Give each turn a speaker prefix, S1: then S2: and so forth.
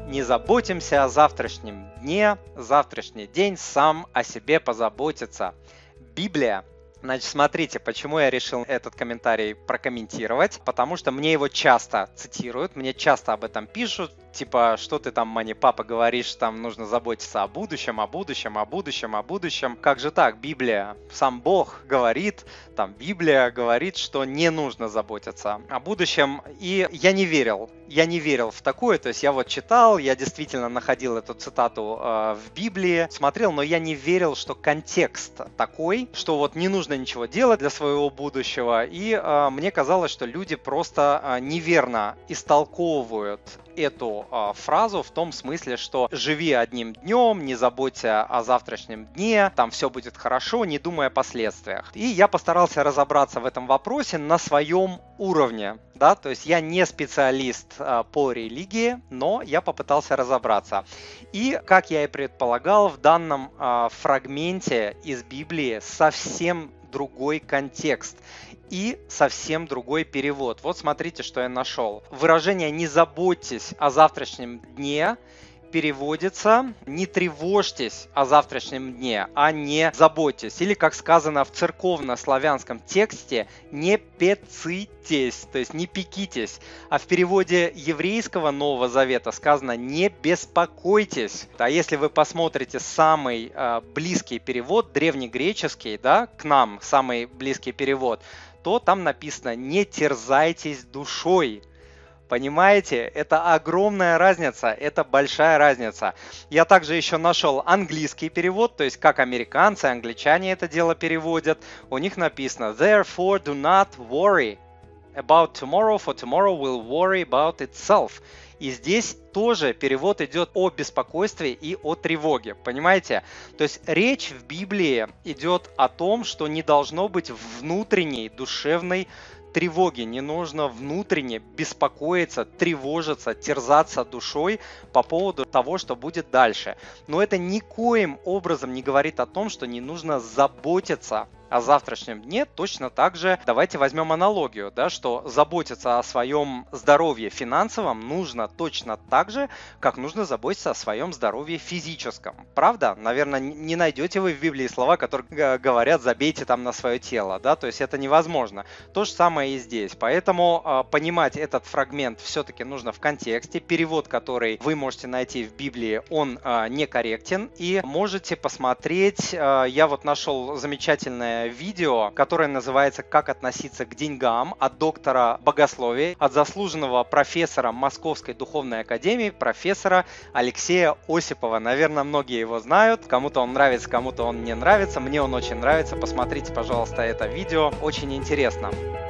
S1: не заботимся о завтрашнем дне, завтрашний день сам о себе позаботится. Библия. Значит, смотрите, почему я решил этот комментарий прокомментировать, потому что мне его часто цитируют, мне часто об этом пишут, типа, что ты там, Мани, папа, говоришь, там нужно заботиться о будущем, о будущем, о будущем, о будущем. Как же так? Библия, сам Бог говорит, там Библия говорит, что не нужно заботиться о будущем, и я не верил в такое, то есть я вот читал, я действительно находил эту цитату в Библии, смотрел, но я не верил, что контекст такой, что вот не нужно ничего делать для своего будущего, и мне казалось, что люди просто неверно истолковывают эту фразу в том смысле, что живи одним днем, не заботься о завтрашнем дне, там все будет хорошо, не думай о последствиях. И я постарался разобраться в этом вопросе на своем уровне, да, то есть я не специалист по религии, но я попытался разобраться. И, как я и предполагал, в данном фрагменте из Библии совсем другой контекст и совсем другой перевод. Вот смотрите, что я нашел. Выражение «не заботьтесь о завтрашнем дне» переводится «не тревожьтесь о завтрашнем дне», а не «заботьтесь». Или, как сказано в церковно-славянском тексте, «не пецитесь», то есть «не пекитесь». А в переводе еврейского Нового Завета сказано «не беспокойтесь». А если вы посмотрите самый близкий перевод, древнегреческий, да, к нам самый близкий перевод, то там написано «не терзайтесь душой». Понимаете, это огромная разница, это большая разница. Я также еще нашел английский перевод, то есть как американцы, англичане это дело переводят. У них написано «Therefore do not worry about tomorrow, for tomorrow will worry about itself». И здесь тоже перевод идет о беспокойстве и о тревоге, понимаете? То есть речь в Библии идет о том, что не должно быть внутренней душевной тревоги, не нужно внутренне беспокоиться, тревожиться, терзаться душой по поводу того, что будет дальше. Но это никоим образом не говорит о том, что не нужно заботиться о завтрашнем дне. Точно так же давайте возьмем аналогию, да, что заботиться о своем здоровье финансовом нужно точно так же, как нужно заботиться о своем здоровье физическом. Правда? Наверное, не найдете вы в Библии слова, которые говорят «забейте там на свое тело», да, то есть это невозможно. То же самое и здесь. Поэтому понимать этот фрагмент все-таки нужно в контексте. Перевод, который вы можете найти в Библии, он некорректен, и можете посмотреть, я вот нашел замечательное видео, которое называется «Как относиться к деньгам» от доктора богословия, от заслуженного профессора Московской духовной академии, профессора Алексея Осипова. Наверное, многие его знают. Кому-то он нравится, кому-то он не нравится. Мне он очень нравится. Посмотрите, пожалуйста, это видео. Очень интересно.